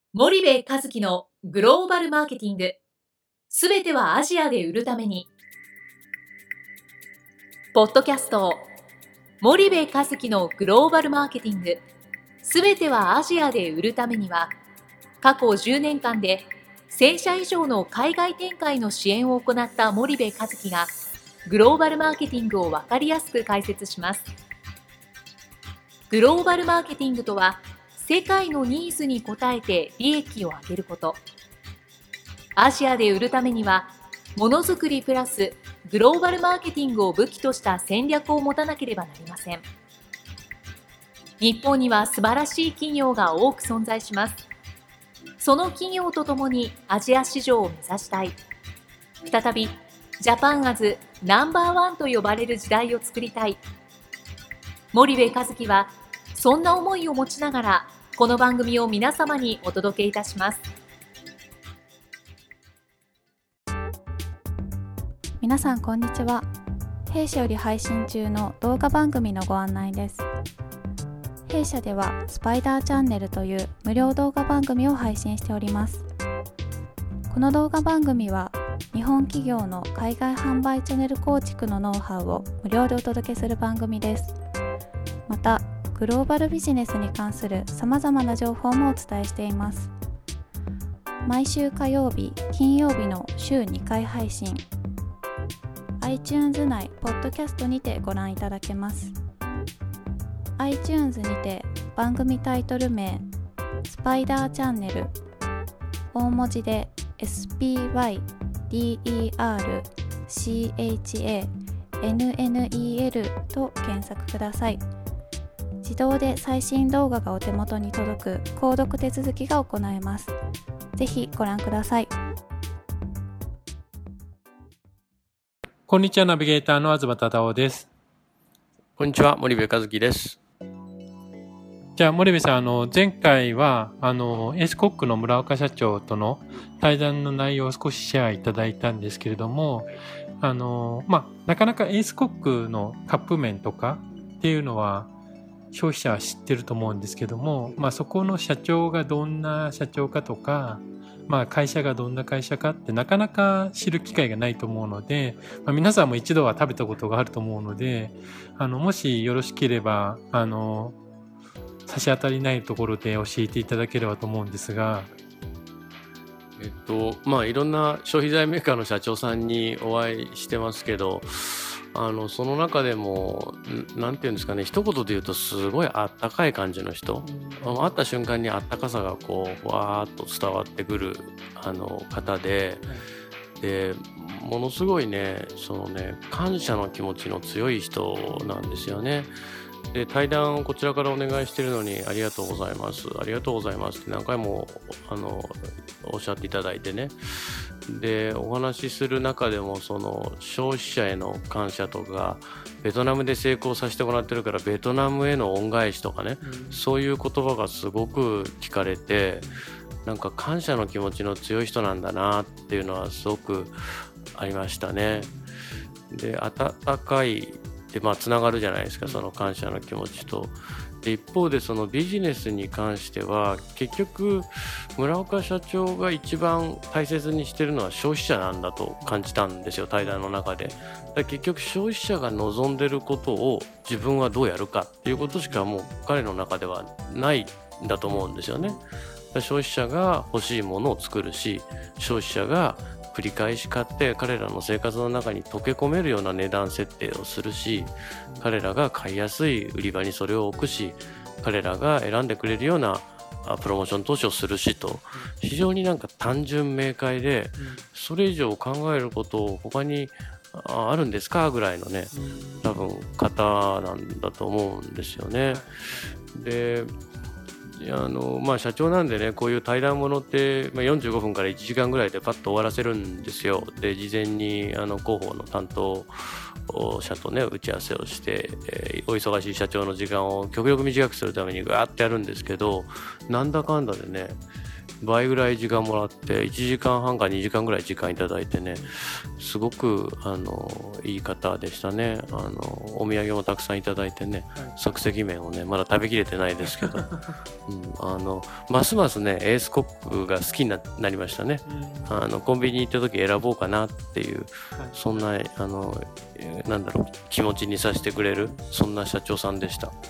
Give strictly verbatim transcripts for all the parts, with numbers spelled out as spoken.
森部一樹のグローバルマーケティング。すべてはアジアで売るために。ポッドキャスト森部一樹のグローバルマーケティング。すべてはアジアで売るためには、過去じゅうねんかんでせんしゃ以上の海外展開の支援を行った森部一樹がグローバルマーケティングをわかりやすく解説します。グローバルマーケティングとは、世界のニーズに応えて利益を上げること。アジアで売るためには、ものづくりプラスグローバルマーケティングを武器とした戦略を持たなければなりません。日本には素晴らしい企業が多く存在します。その企業とともにアジア市場を目指したい。再び、ジャパンアズナンバーワンと呼ばれる時代を作りたい。森部一樹は、そんな思いを持ちながら、この番組を皆様にお届けいたします。 皆さんこんにちは。弊社より配信中の動画番組のご案内です。弊社ではスパイダーチャンネルという無料動画番組を配信しております。この動画番組は日本企業の海外販売チャンネル構築のノウハウを無料でお届けする番組です。また、グローバルビジネスに関するさまざまな情報もお伝えしています。毎週火曜日、金曜日の週にかい配信。iTunes 内ポッドキャストにてご覧いただけます。iTunes にて番組タイトル名スパイダーチャンネル、大文字で エスピーワイディーイーアールシーエイチエーエヌエヌイーエル と検索ください。自動で最新動画がお手元に届く購読手続きが行えます。ぜひご覧ください。 こんにちは、ナビゲーターの東忠夫です。 こんにちは、森部一樹です。 じゃあ森部さん、あの前回はあのエースコックの村岡社長との対談の内容を少しシェアいただいたんですけれども、あの、まあ、なかなかエースコックのカップ麺とかっていうのは消費者は知ってると思うんですけども、まあ、そこの社長がどんな社長かとか、まあ、会社がどんな会社かってなかなか知る機会がないと思うので、まあ、皆さんも一度は食べたことがあると思うので、あのもしよろしければあの差し当たりないところで教えていただければと思うんですが。 えっとまあいろんな消費財メーカーの社長さんにお会いしてますけど、あのその中でもなんていうんですかね、一言で言うとすごいあったかい感じの人、会った瞬間にあったかさがこうわーっと伝わってくるあの方で、でものすごいね、そのね感謝の気持ちの強い人なんですよね。で対談をこちらからお願いしているのに、ありがとうございますありがとうございますって何回もあのおっしゃっていただいてね。でお話しする中でも、その消費者への感謝とか、ベトナムで成功させてもらってるからベトナムへの恩返しとかね、うん、そういう言葉がすごく聞かれて、なんか感謝の気持ちの強い人なんだなっていうのはすごくありましたね。で温かいで、まあ、つながるじゃないですか、その感謝の気持ちと。で一方でそのビジネスに関しては、結局村岡社長が一番大切にしてるのは消費者なんだと感じたんですよ、対談の中で。だから結局消費者が望んでることを自分はどうやるかっていうことしかもう彼の中ではないんだと思うんですよね。だから消費者が欲しいものを作るし、消費者が繰り返し買って彼らの生活の中に溶け込めるような値段設定をするし、彼らが買いやすい売り場にそれを置くし、彼らが選んでくれるようなプロモーション投資をするしと、非常になんか単純明快で、それ以上考えることを他にあるんですかぐらいのね、多分方なんだと思うんですよね。であのまあ、社長なんでね、こういう対談ものって、まあ、よんじゅうごふんからいちじかんぐらいでパッと終わらせるんですよ。で事前にあの広報の担当者とね打ち合わせをして、えー、お忙しい社長の時間を極力短くするためにガーッてやるんですけど、なんだかんだでね倍ぐらい時間もらっていちじかんはんかにじかんぐらい時間いただいてね、すごくあのいい方でしたね。あのお土産もたくさんいただいてね、即席麺をねまだ食べきれてないですけど、うん、あのますますねエースコックが好きに な, なりましたね。あのコンビニ行った時選ぼうかなっていう、そんなあのなんだろう気持ちにさせてくれるそんな社長さんでした。はい、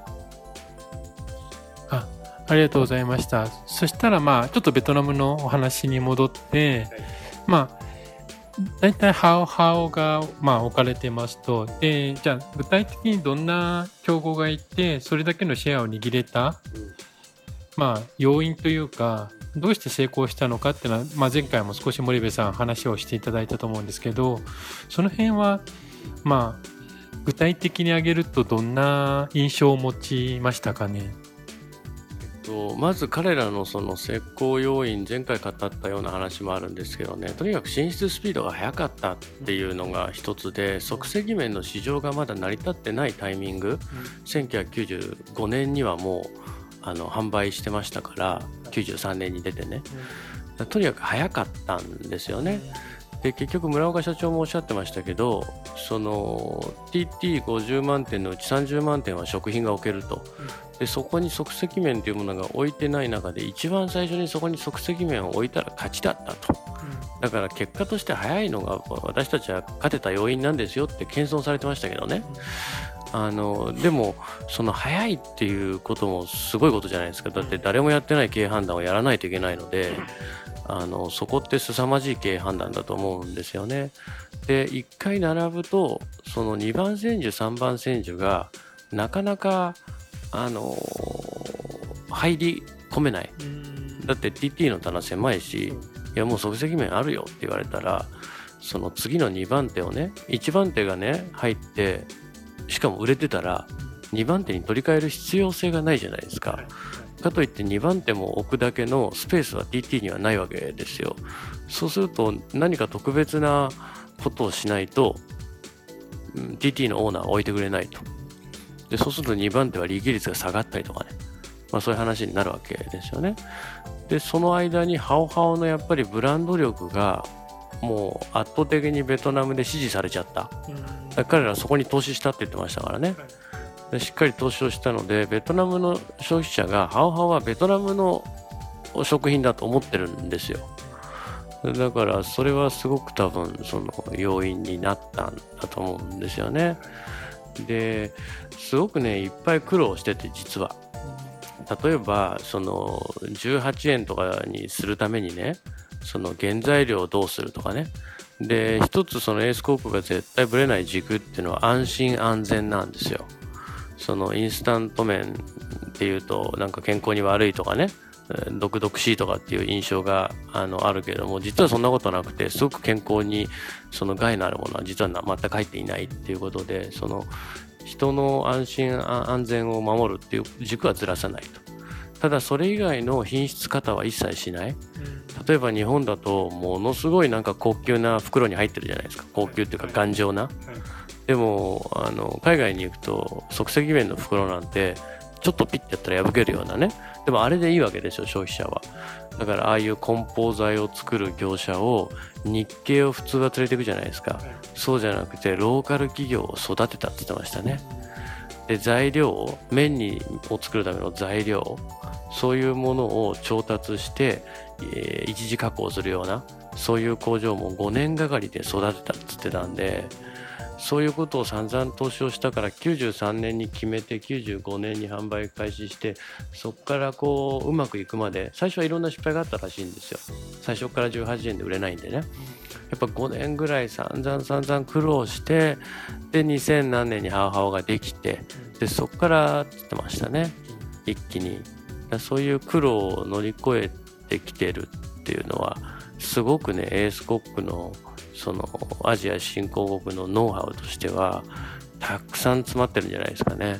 あありがとうございました。そしたらまあちょっとベトナムのお話に戻って、はい、まあだいたいハオハオがまあ置かれてますと、でじゃあ具体的にどんな競合がいてそれだけのシェアを握れた、うん、まあ要因というかどうして成功したのかっていうのは、まあ、前回も少し森部さん話をしていただいたと思うんですけど、その辺はまあ具体的に挙げるとどんな印象を持ちましたかね。 まず彼らのその成功要因、前回語ったような話もあるんですけどね、とにかく進出スピードが速かったっていうのが一つで、即席麺の市場がまだ成り立ってないタイミング、せんきゅうひゃくきゅうじゅうごねんにはもうあの販売してましたから、きゅうじゅうさんねんに出てね、とにかく早かったんですよね。で結局村岡社長もおっしゃってましたけど、その ティーティーごじゅう 万点のうちさんじゅうまんてんは食品が置けると。でそこに即席麺というものが置いてない中で一番最初にそこに即席麺を置いたら勝ちだったと。だから結果として早いのが私たちは勝てた要因なんですよって謙遜されてましたけどね。あのでもその早いっていうこともすごいことじゃないですか。だって誰もやってない経営判断をやらないといけないので、あのそこって凄まじい経営判断だと思うんですよね。でいっかい並ぶとそのにばん煎じさんばん煎じがなかなかあの入り込めない。だって ティーティー の棚狭いし、いやもう即席麺あるよって言われたら、その次のにばん手をね、いちばん手がね入ってしかも売れてたらにばん手に取り替える必要性がないじゃないですか。かといってにばん手も置くだけのスペースは ティーティー にはないわけですよ。そうすると何か特別なことをしないと ティーティー のオーナーは置いてくれないと。でそうするとにばん手は利益率が下がったりとかね、まあ、そういう話になるわけですよね。でその間にハオハオのやっぱりブランド力がもう圧倒的にベトナムで支持されちゃった。だから彼らはそこに投資したって言ってましたからね。でしっかり投資をしたのでベトナムの消費者がハオハオはベトナムの食品だと思ってるんですよ。だからそれはすごく多分その要因になったんだと思うんですよね。ですごくねいっぱい苦労してて、実は例えばそのじゅうはちえんとかにするためにね、その原材料をどうするとかね。で一つそのエースコークが絶対ぶれない軸っていうのは安心安全なんですよ。そのインスタント麺っていうとなんか健康に悪いとかね、毒々しいとかっていう印象が あのあるけれども、実はそんなことなくてすごく健康にその害のあるものは実は全く入っていないっていうことで、その人の安心安全を守るっていう軸はずらさないと。ただそれ以外の品質方は一切しない。例えば日本だとものすごいなんか高級な袋に入ってるじゃないですか。高級っていうか頑丈な。でもあの海外に行くと即席麺の袋なんてちょっとピッてやったら破けるようなね。でもあれでいいわけですよ、消費者は。だからああいう梱包材を作る業者を日系を普通は連れていくじゃないですか。そうじゃなくてローカル企業を育てたって言ってましたね。で材料を麺にを作るための材料、そういうものを調達して、えー、一次加工するようなそういう工場もごねんがかりで育てたって言ってたんで、そういうことを散々投資をしたからきゅうじゅうさんねんに決めてきゅうじゅうごねんに販売開始して、そこからこううまくいくまで最初はいろんな失敗があったらしいんですよ。最初からじゅうはちえんで売れないんでね、やっぱごねんぐらい散々散々苦労して、でにせん何年にハオハオができて、でそこからって言ってましたね、一気に。そういう苦労を乗り越えてきてるっていうのはすごくねエースコックのそのアジア新興国のノウハウとしてはたくさん詰まってるんじゃないですかね。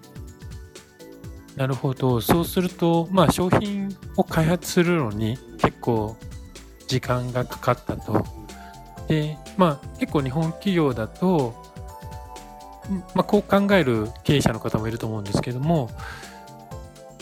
なるほど。そうすると、まあ、商品を開発するのに結構時間がかかったと。で、まあ、結構日本企業だと、まあ、こう考える経営者の方もいると思うんですけども、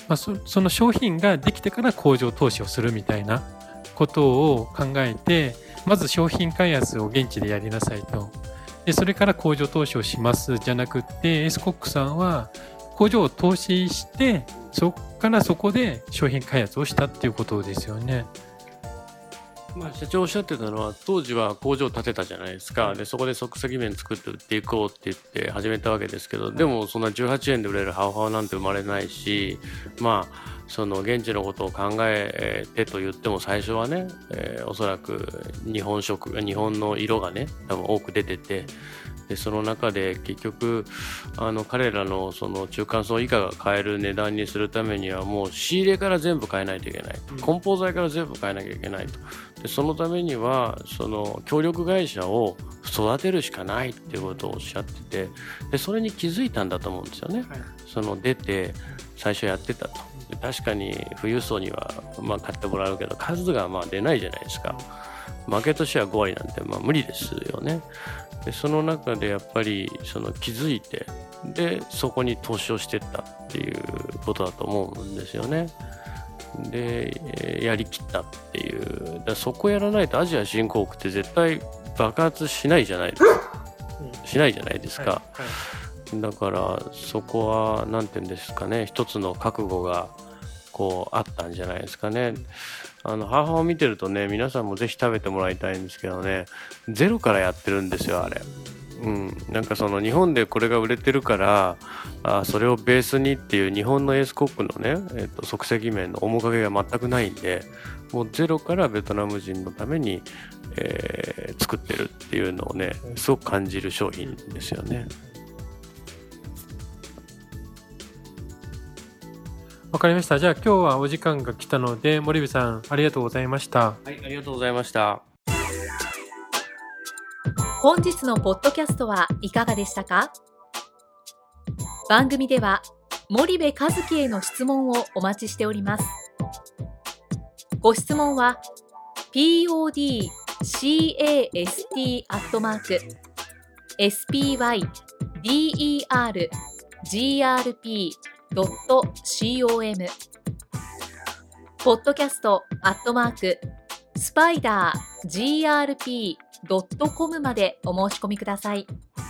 まあ、そ, その商品ができてから工場投資をするみたいなことを考えて、まず商品開発を現地でやりなさいと。でそれから工場投資をしますじゃなくって、エスコックさんは工場を投資して、そこからそこで商品開発をしたっていうことですよね。 まあ、社長おっしゃってたのは、当時は工場を建てたじゃないですか。でそこで即席麺作って売っていこうって言って始めたわけですけど、でもそんなじゅうはちえんで売れるハオハオなんて生まれないし、まあその現地のことを考えてと言っても、最初はね、えー、おそらく日本食日本の色がね多分多く出てて、でその中で結局あの彼らのその中間層以下が買える値段にするためには、もう仕入れから全部変えないといけないと、梱包材から全部変えなきゃいけないと。でそのためにはその協力会社を育てるしかないっていうことをおっしゃってて、でそれに気づいたんだと思うんですよね。その出て最初やってたと。で確かに富裕層にはまあ買ってもらうけど、数がまあ出ないじゃないですか。マーケットシェアごわりなんてまあ無理ですよね。でその中でやっぱりその気づいて、でそこに投資をしていったっていうことだと思うんですよね。でやりきったっていう、だそこやらないとアジア新興国って絶対爆発しないじゃないですか、しないじゃないですか、はいはい、だからそこは何て言うんですかね、一つの覚悟がこうあったんじゃないですかね。あの母を見てるとね、皆さんもぜひ食べてもらいたいんですけどね、ゼロからやってるんですよあれ。うん、なんかその日本でこれが売れてるから、あそれをベースにっていう日本のエースコックのね、えー、と即席麺の面影が全くないんで、もうゼロからベトナム人のために、えー、作ってるっていうのをね、すごく感じる商品ですよね。 わかりました。じゃあ今日はお時間が来たので、森部さんありがとうございました。 はい、ありがとうございました。 本日のポッドキャストはいかがでしたか？番組では森部一樹への質問をお待ちしております。ご質問は ピーオーディーキャスト アットマーク エスピーワイディーイーアールジーアールピードットコム ポッドキャストアットマークスパイダー ジーアールピードットコム までお申し込みください。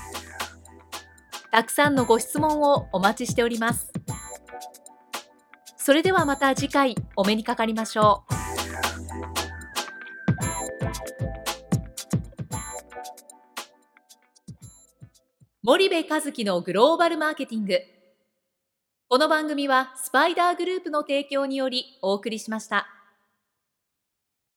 たくさんのご質問をお待ちしております。それではまた次回お目にかかりましょう。森部一樹のグローバルマーケティング。この番組はスパイダーグループの提供によりお送りしました。